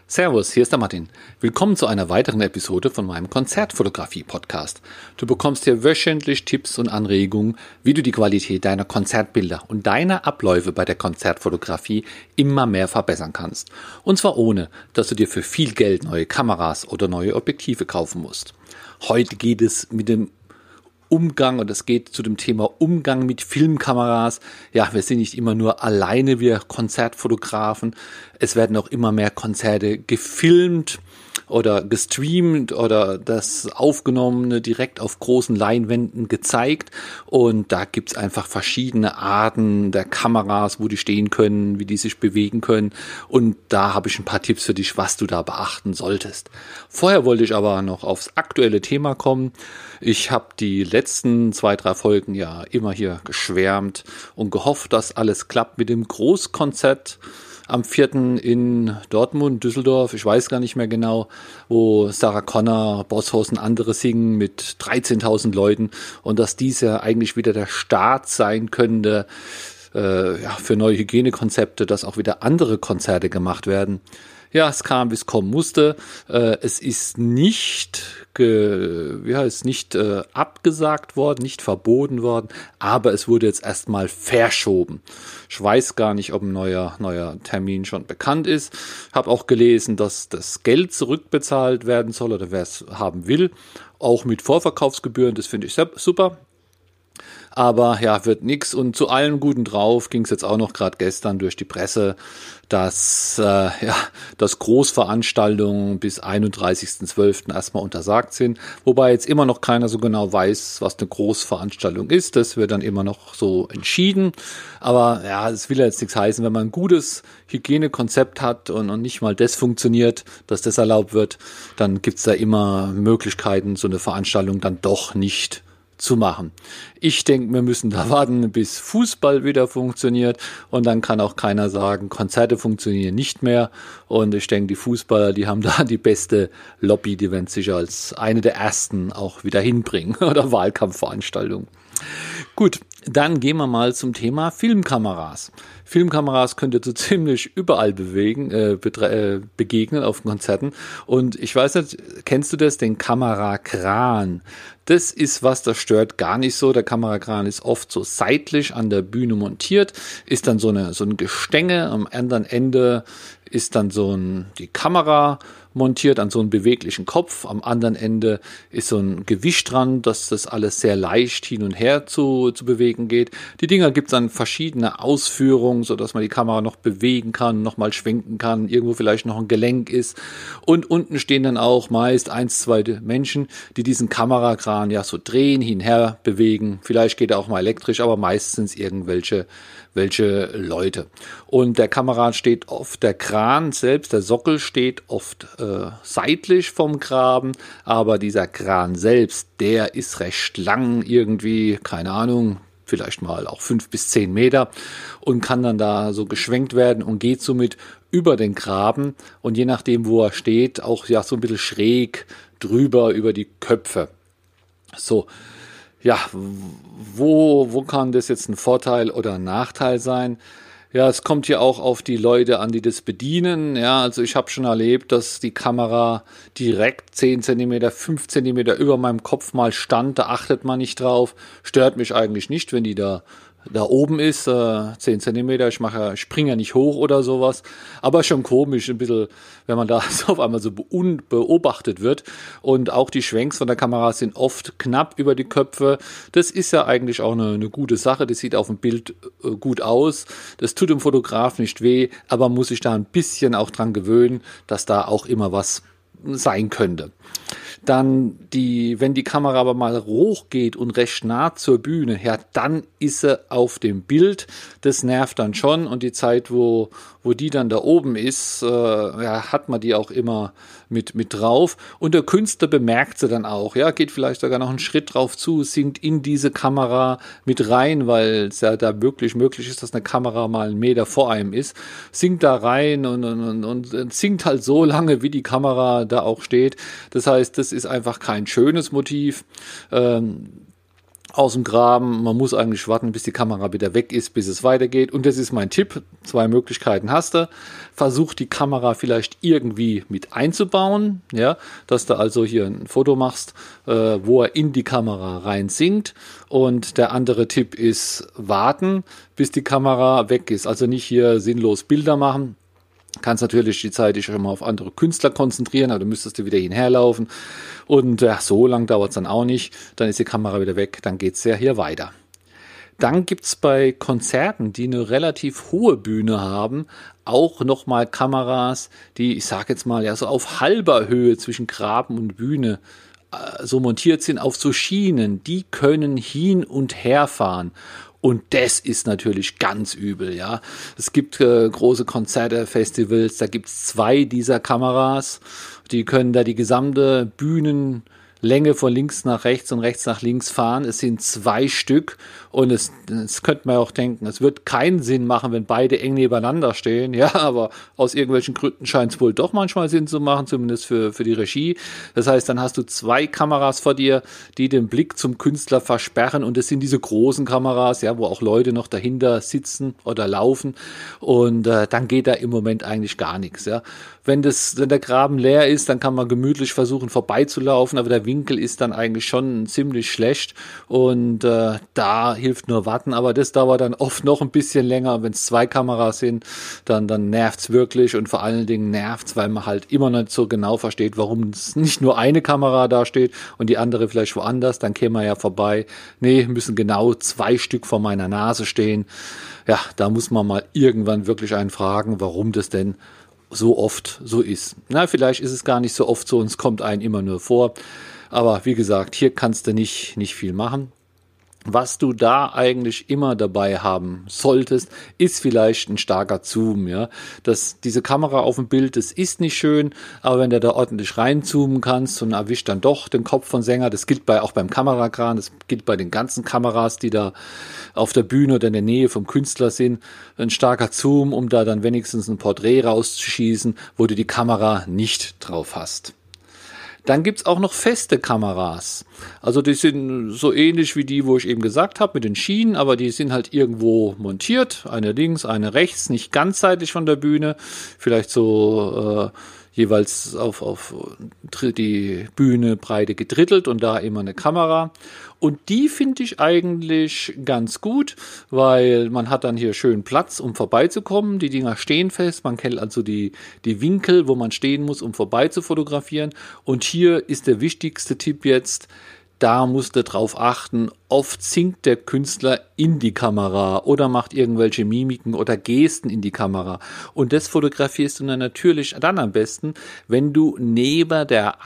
Servus, hier ist der Martin. Willkommen zu einer weiteren Episode von meinem Konzertfotografie-Podcast. Du bekommst hier wöchentlich Tipps und Anregungen, wie du die Qualität deiner Konzertbilder und deiner Abläufe bei der Konzertfotografie immer mehr verbessern kannst. Und zwar ohne, dass du dir für viel Geld neue Kameras oder neue Objektive kaufen musst. Heute geht es mit dem Umgang, und es geht zu dem Thema Umgang mit Filmkameras. Ja, wir sind nicht immer nur alleine, wir Konzertfotografen. Es werden auch immer mehr Konzerte gefilmt oder gestreamt oder das Aufgenommene direkt auf großen Leinwänden gezeigt. Und da gibt's einfach verschiedene Arten der Kameras, wo die stehen können, wie die sich bewegen können. Und da habe ich ein paar Tipps für dich, was du da beachten solltest. Vorher wollte ich aber noch aufs aktuelle Thema kommen. Ich habe die letzten 2-3 Folgen ja immer hier geschwärmt und gehofft, dass alles klappt mit dem Großkonzert am 4. in Dortmund, Düsseldorf, ich weiß gar nicht mehr genau, wo Sarah Connor, Bosshaus und andere singen mit 13.000 Leuten und dass dies ja eigentlich wieder der Start sein könnte für neue Hygienekonzepte, dass auch wieder andere Konzerte gemacht werden. Ja, es kam, wie es kommen musste. Es ist nicht abgesagt worden, nicht verboten worden, aber es wurde jetzt erstmal verschoben. Ich weiß gar nicht, ob ein neuer Termin schon bekannt ist. Habe auch gelesen, dass das Geld zurückbezahlt werden soll oder wer es haben will, auch mit Vorverkaufsgebühren. Das finde ich super. Aber ja, wird nix. Und zu allem Guten drauf ging es jetzt auch noch gerade gestern durch die Presse, dass Großveranstaltungen bis 31.12. erstmal untersagt sind. Wobei jetzt immer noch keiner so genau weiß, was eine Großveranstaltung ist. Das wird dann immer noch so entschieden. Aber ja, es will jetzt nichts heißen, wenn man ein gutes Hygienekonzept hat und nicht mal das funktioniert, dass das erlaubt wird, dann gibt's da immer Möglichkeiten, so eine Veranstaltung dann doch nicht zu machen. Ich denke, wir müssen da warten, bis Fußball wieder funktioniert und dann kann auch keiner sagen, Konzerte funktionieren nicht mehr und ich denke, die Fußballer, die haben da die beste Lobby, die werden sich als eine der ersten auch wieder hinbringen oder Wahlkampfveranstaltungen. Gut, dann gehen wir mal zum Thema Filmkameras. Filmkameras könnt ihr so ziemlich überall begegnen auf Konzerten. Und ich weiß nicht, kennst du das, den Kamerakran? Das ist was, das stört gar nicht so. Der Kamerakran ist oft so seitlich an der Bühne montiert, ist dann so ein Gestänge. Am anderen Ende ist dann die Kamera montiert an so einen beweglichen Kopf. Am anderen Ende ist so ein Gewicht dran, dass das alles sehr leicht hin und her zu bewegen geht. Die Dinger gibt's dann verschiedene Ausführungen, so dass man die Kamera noch bewegen kann, nochmal schwenken kann, irgendwo vielleicht noch ein Gelenk ist. Und unten stehen dann auch meist 1-2 Menschen, die diesen Kamerakran ja so drehen, hin und her bewegen. Vielleicht geht er auch mal elektrisch, aber meistens irgendwelche Leute. Und der Kamerakran steht oft, der Kran selbst, der Sockel steht oft seitlich vom Graben, aber dieser Kran selbst, der ist recht lang, irgendwie, keine Ahnung, vielleicht mal auch 5 bis 10 Meter und kann dann da so geschwenkt werden und geht somit über den Graben und je nachdem, wo er steht, auch ja so ein bisschen schräg drüber über die Köpfe. So. Ja, wo kann das jetzt ein Vorteil oder ein Nachteil sein? Ja, es kommt hier auch auf die Leute an, die das bedienen. Ja, also ich habe schon erlebt, dass die Kamera direkt 10 cm, 5 cm über meinem Kopf mal stand. Da achtet man nicht drauf. Stört mich eigentlich nicht, wenn die da oben ist, 10 cm, ich springe ja nicht hoch oder sowas, aber schon komisch, ein bisschen, wenn man da so auf einmal so beobachtet wird und auch die Schwenks von der Kamera sind oft knapp über die Köpfe, das ist ja eigentlich auch eine gute Sache, das sieht auf dem Bild gut aus, das tut dem Fotograf nicht weh, aber muss sich da ein bisschen auch dran gewöhnen, dass da auch immer was sein könnte. Dann wenn die Kamera aber mal hoch geht und recht nah zur Bühne, ja, dann ist sie auf dem Bild. Das nervt dann schon und die Zeit, wo die dann da oben ist, hat man die auch immer mit drauf. Und der Künstler bemerkt sie dann auch, ja, geht vielleicht sogar noch einen Schritt drauf zu, sinkt in diese Kamera mit rein, weil es ja da wirklich möglich ist, dass eine Kamera mal 1 Meter vor einem ist, sinkt da rein und sinkt halt so lange, wie die Kamera da auch steht. Das heißt, das ist einfach kein schönes Motiv. aus dem Graben. Man muss eigentlich warten, bis die Kamera wieder weg ist, bis es weitergeht. Und das ist mein Tipp. 2 Möglichkeiten hast du. Versuch die Kamera vielleicht irgendwie mit einzubauen, ja, dass du also hier ein Foto machst, wo er in die Kamera rein sinkt. Und der andere Tipp ist warten, bis die Kamera weg ist. Also nicht hier sinnlos Bilder machen. Kannst natürlich die Zeit dich schon mal auf andere Künstler konzentrieren, aber du müsstest du wieder hinherlaufen. Und so lang dauert es dann auch nicht. Dann ist die Kamera wieder weg, dann geht es ja hier weiter. Dann gibt es bei Konzerten, die eine relativ hohe Bühne haben, auch nochmal Kameras, die, ich sage jetzt mal, ja so auf halber Höhe zwischen Graben und Bühne so montiert sind auf so Schienen. Die können hin und her fahren. Und das ist natürlich ganz übel, ja. Es gibt große Konzerte, Festivals, da gibt es 2 dieser Kameras. Die können da die gesamte Bühnenlänge von links nach rechts und rechts nach links fahren. Es sind 2 Stück und es könnte man auch denken, es wird keinen Sinn machen, wenn beide eng nebeneinander stehen. Ja, aber aus irgendwelchen Gründen scheint es wohl doch manchmal Sinn zu machen, zumindest für die Regie. Das heißt, dann hast du 2 Kameras vor dir, die den Blick zum Künstler versperren und das sind diese großen Kameras, ja, wo auch Leute noch dahinter sitzen oder laufen und dann geht da im Moment eigentlich gar nichts, ja. Wenn der Graben leer ist, dann kann man gemütlich versuchen vorbeizulaufen, aber der Winkel ist dann eigentlich schon ziemlich schlecht und da hilft nur warten, aber das dauert dann oft noch ein bisschen länger. Wenn es 2 Kameras sind, dann nervt's wirklich und vor allen Dingen nervt's, weil man halt immer nicht so genau versteht, warum es nicht nur eine Kamera da steht und die andere vielleicht woanders, dann käme man ja vorbei. Nee, müssen genau 2 Stück vor meiner Nase stehen. Ja, da muss man mal irgendwann wirklich einen fragen, warum das denn so oft so ist. Na, vielleicht ist es gar nicht so oft so und es kommt einem immer nur vor. Aber wie gesagt, hier kannst du nicht viel machen. Was du da eigentlich immer dabei haben solltest, ist vielleicht ein starker Zoom, ja. Diese Kamera auf dem Bild, das ist nicht schön, aber wenn du da ordentlich reinzoomen kannst und erwischt dann doch den Kopf von Sänger, das gilt auch beim Kamerakran, das gilt bei den ganzen Kameras, die da auf der Bühne oder in der Nähe vom Künstler sind, ein starker Zoom, um da dann wenigstens ein Porträt rauszuschießen, wo du die Kamera nicht drauf hast. Dann gibt's auch noch feste Kameras. Also die sind so ähnlich wie die, wo ich eben gesagt habe, mit den Schienen, aber die sind halt irgendwo montiert. Eine links, eine rechts, nicht ganzseitig von der Bühne. Vielleicht so jeweils auf die Bühnenbreite gedrittelt und da immer eine Kamera. Und die finde ich eigentlich ganz gut, weil man hat dann hier schön Platz, um vorbeizukommen. Die Dinger stehen fest, man kennt also die Winkel, wo man stehen muss, um vorbei zu fotografieren. Und hier ist der wichtigste Tipp jetzt, da musst du drauf achten, oft sinkt der Künstler in die Kamera oder macht irgendwelche Mimiken oder Gesten in die Kamera. Und das fotografierst du dann natürlich dann am besten, wenn du neben der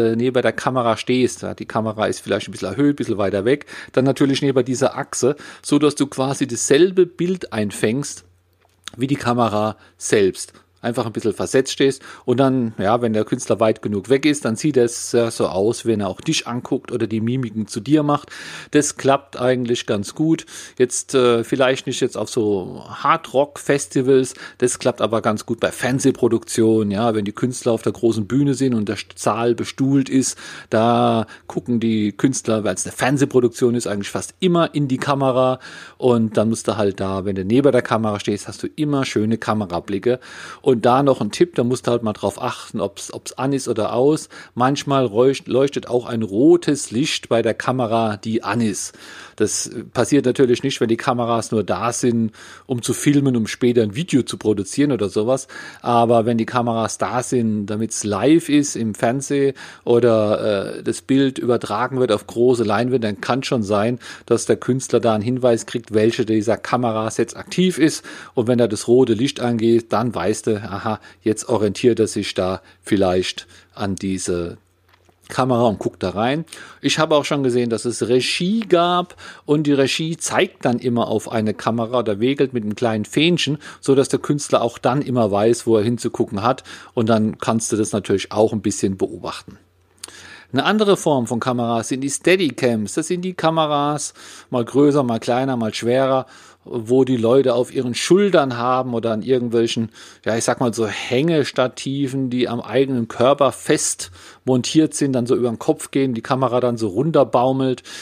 Kamera stehst. Ja, die Kamera ist vielleicht ein bisschen erhöht, ein bisschen weiter weg. Dann natürlich neben dieser Achse, so dass du quasi dasselbe Bild einfängst wie die Kamera selbst. Einfach ein bisschen versetzt stehst und dann, ja, wenn der Künstler weit genug weg ist, dann sieht es so aus, wenn er auch dich anguckt oder die Mimiken zu dir macht. Das klappt eigentlich ganz gut. Jetzt vielleicht nicht jetzt auf so Hard-Rock-Festivals, das klappt aber ganz gut bei Fernsehproduktionen, ja, wenn die Künstler auf der großen Bühne sind und der Saal bestuhlt ist, da gucken die Künstler, weil es eine Fernsehproduktion ist, eigentlich fast immer in die Kamera und dann musst du halt da, wenn du neben der Kamera stehst, hast du immer schöne Kamerablicke. Und da noch ein Tipp, da musst du halt mal drauf achten, ob's an ist oder aus. Manchmal leuchtet auch ein rotes Licht bei der Kamera, die an ist. Das passiert natürlich nicht, wenn die Kameras nur da sind, um zu filmen, um später ein Video zu produzieren oder sowas. Aber wenn die Kameras da sind, damit es live ist im Fernsehen oder das Bild übertragen wird auf große Leinwände, dann kann schon sein, dass der Künstler da einen Hinweis kriegt, welche dieser Kameras jetzt aktiv ist. Und wenn da das rote Licht angeht, dann weißt du, aha, jetzt orientiert er sich da vielleicht an diese Kamera und guckt da rein. Ich habe auch schon gesehen, dass es Regie gab und die Regie zeigt dann immer auf eine Kamera oder wegelt mit einem kleinen Fähnchen, so dass der Künstler auch dann immer weiß, wo er hinzugucken hat und dann kannst du das natürlich auch ein bisschen beobachten. Eine andere Form von Kameras sind die Steadicams. Das sind die Kameras, mal größer, mal kleiner, mal schwerer, wo die Leute auf ihren Schultern haben oder an irgendwelchen, ja, ich sag mal so Hängestativen, die am eigenen Körper fest montiert sind, dann so über den Kopf gehen, die Kamera dann so runterbaumelt.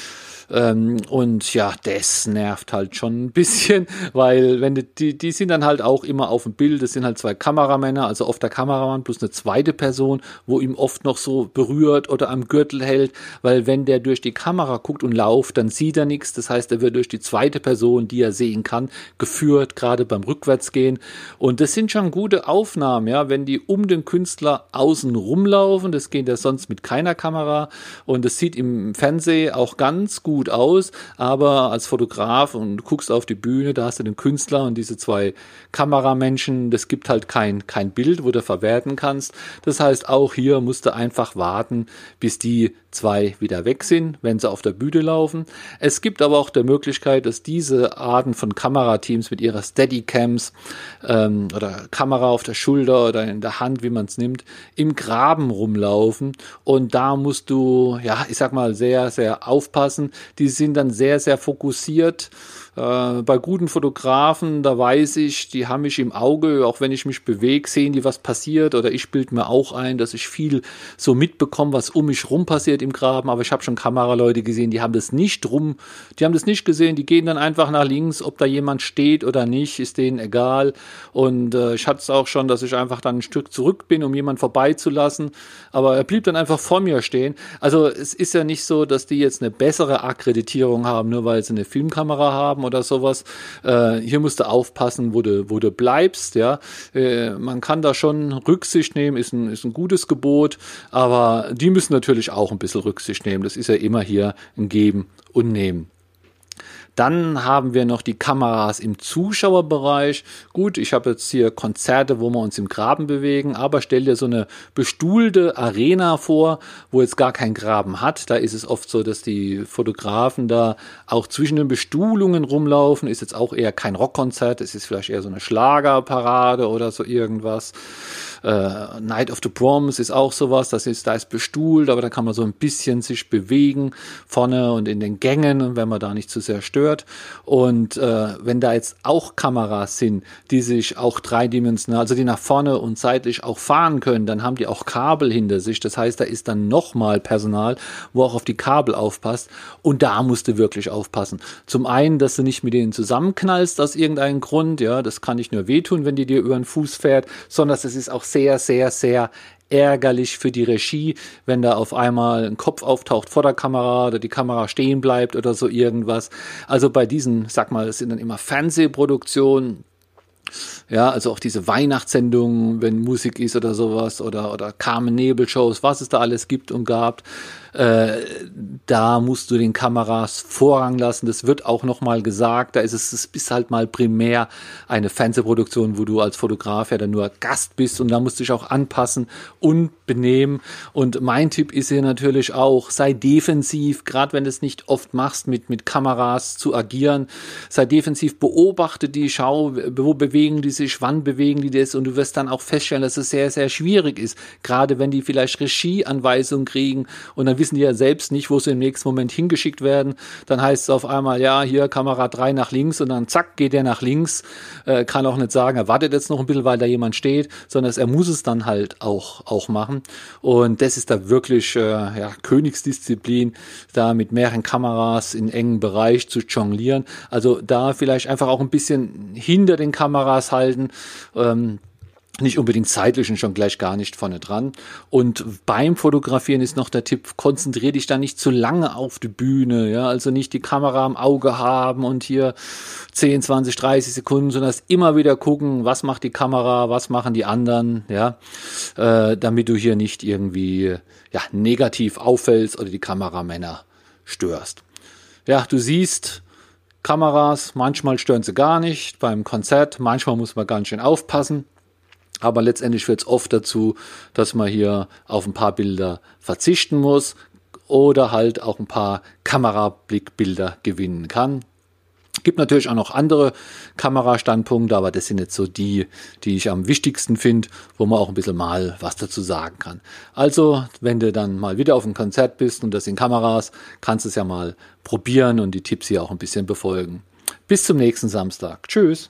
Und ja, das nervt halt schon ein bisschen, weil wenn die sind dann halt auch immer auf dem Bild, das sind halt zwei Kameramänner, also oft der Kameramann plus eine zweite Person, wo ihm oft noch so berührt oder am Gürtel hält, weil wenn der durch die Kamera guckt und lauft, dann sieht er nichts, das heißt, er wird durch die zweite Person, die er sehen kann, geführt, gerade beim Rückwärtsgehen. Und das sind schon gute Aufnahmen, ja, wenn die um den Künstler außen rumlaufen, das geht ja sonst mit keiner Kamera und das sieht im Fernsehen auch ganz gut aus, aber als Fotograf und du guckst auf die Bühne, da hast du den Künstler und diese zwei Kameramenschen, das gibt halt kein Bild, wo du verwerten kannst. Das heißt, auch hier musst du einfach warten, bis die zwei wieder weg sind, wenn sie auf der Bühne laufen. Es gibt aber auch die Möglichkeit, dass diese Arten von Kamerateams mit ihrer Steadicams oder Kamera auf der Schulter oder in der Hand, wie man es nimmt, im Graben rumlaufen und da musst du, ja, ich sag mal, sehr, sehr aufpassen. Die sind dann sehr, sehr fokussiert. Bei guten Fotografen, da weiß ich, die haben mich im Auge, auch wenn ich mich bewege, sehen die, was passiert oder ich bilde mir auch ein, dass ich viel so mitbekomme, was um mich rum passiert im Graben, aber ich habe schon Kameraleute gesehen, die haben das nicht gesehen, die gehen dann einfach nach links, ob da jemand steht oder nicht, ist denen egal und ich hatte es auch schon, dass ich einfach dann ein Stück zurück bin, um jemanden vorbeizulassen, aber er blieb dann einfach vor mir stehen. Also es ist ja nicht so, dass die jetzt eine bessere Akkreditierung haben, nur weil sie eine Filmkamera haben oder sowas. Hier musst du aufpassen, wo du bleibst. Ja, man kann da schon Rücksicht nehmen, ist ein gutes Gebot, aber die müssen natürlich auch ein bisschen Rücksicht nehmen. Das ist ja immer hier ein Geben und Nehmen. Dann haben wir noch die Kameras im Zuschauerbereich. Gut, ich habe jetzt hier Konzerte, wo wir uns im Graben bewegen, aber stell dir so eine bestuhlte Arena vor, wo jetzt gar kein Graben hat. Da ist es oft so, dass die Fotografen da auch zwischen den Bestuhlungen rumlaufen. Ist jetzt auch eher kein Rockkonzert, es ist vielleicht eher so eine Schlagerparade oder so irgendwas. Night of the Proms ist auch sowas, da ist bestuhlt, aber da kann man so ein bisschen sich bewegen vorne und in den Gängen, wenn man da nicht zu sehr stört. Und wenn da jetzt auch Kameras sind, die sich auch dreidimensional, also die nach vorne und seitlich auch fahren können, dann haben die auch Kabel hinter sich. Das heißt, da ist dann nochmal Personal, wo auch auf die Kabel aufpasst. Und da musst du wirklich aufpassen. Zum einen, dass du nicht mit denen zusammenknallst aus irgendeinem Grund, ja, das kann nicht nur wehtun, wenn die dir über den Fuß fährt, sondern das ist auch sehr, sehr, sehr ärgerlich für die Regie, wenn da auf einmal ein Kopf auftaucht vor der Kamera oder die Kamera stehen bleibt oder so irgendwas. Also bei diesen, sag mal, das sind dann immer Fernsehproduktionen, ja, also auch diese Weihnachtssendungen, wenn Musik ist oder sowas oder Carmen-Nebel-Shows, was es da alles gibt und gab, da musst du den Kameras Vorrang lassen. Das wird auch nochmal gesagt. Da es ist halt mal primär eine Fernsehproduktion, wo du als Fotograf ja dann nur Gast bist und da musst du dich auch anpassen und benehmen. Und mein Tipp ist hier natürlich auch, sei defensiv, gerade wenn du es nicht oft machst, mit Kameras zu agieren. Sei defensiv, beobachte die, schau, wo bewegen die sich, wann bewegen die das und du wirst dann auch feststellen, dass es sehr, sehr schwierig ist. Gerade wenn die vielleicht Regieanweisungen kriegen und dann wissen die ja selbst nicht, wo sie im nächsten Moment hingeschickt werden. Dann heißt es auf einmal, ja, hier Kamera 3 nach links und dann zack, geht der nach links. Kann auch nicht sagen, er wartet jetzt noch ein bisschen, weil da jemand steht, sondern er muss es dann halt auch machen. Und das ist da wirklich Königsdisziplin, da mit mehreren Kameras in engen Bereich zu jonglieren. Also da vielleicht einfach auch ein bisschen hinter den Kameras halten, nicht unbedingt zeitlich und schon gleich gar nicht vorne dran. Und beim Fotografieren ist noch der Tipp, konzentriere dich da nicht zu lange auf die Bühne, ja, also nicht die Kamera im Auge haben und hier 10, 20, 30 Sekunden, sondern immer wieder gucken, was macht die Kamera, was machen die anderen, ja, damit du hier nicht irgendwie negativ auffällst oder die Kameramänner störst. Ja, du siehst, Kameras, manchmal stören sie gar nicht, beim Konzert, manchmal muss man ganz schön aufpassen. Aber letztendlich führt es oft dazu, dass man hier auf ein paar Bilder verzichten muss oder halt auch ein paar Kamerablickbilder gewinnen kann. Gibt natürlich auch noch andere Kamerastandpunkte, aber das sind jetzt so die ich am wichtigsten finde, wo man auch ein bisschen mal was dazu sagen kann. Also, wenn du dann mal wieder auf einem Konzert bist und das sind Kameras, kannst du es ja mal probieren und die Tipps hier auch ein bisschen befolgen. Bis zum nächsten Samstag. Tschüss.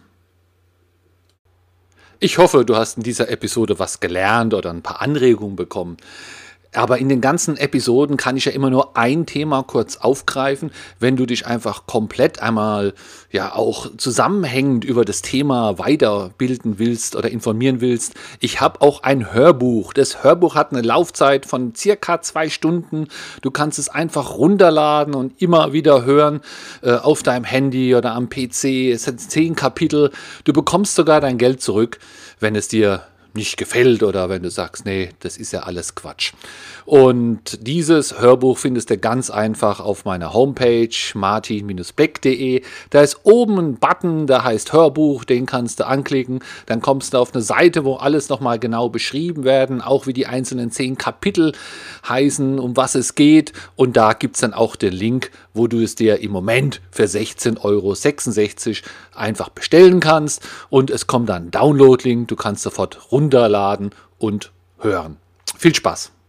Ich hoffe, du hast in dieser Episode was gelernt oder ein paar Anregungen bekommen. Aber in den ganzen Episoden kann ich ja immer nur ein Thema kurz aufgreifen. Wenn du dich einfach komplett einmal ja auch zusammenhängend über das Thema weiterbilden willst oder informieren willst, ich habe auch ein Hörbuch. Das Hörbuch hat eine Laufzeit von circa 2 Stunden. Du kannst es einfach runterladen und immer wieder hören auf deinem Handy oder am PC. Es hat 10 Kapitel. Du bekommst sogar dein Geld zurück, wenn es dir nicht gefällt oder wenn du sagst, nee, das ist ja alles Quatsch. Und dieses Hörbuch findest du ganz einfach auf meiner Homepage martin-beck.de. Da ist oben ein Button, der heißt Hörbuch, den kannst du anklicken. Dann kommst du auf eine Seite, wo alles nochmal genau beschrieben werden, auch wie die einzelnen 10 Kapitel heißen, um was es geht. Und da gibt es dann auch den Link, wo du es dir im Moment für 16,66 € einfach bestellen kannst. Und es kommt dann ein Download-Link, du kannst sofort runterladen und hören. Viel Spaß!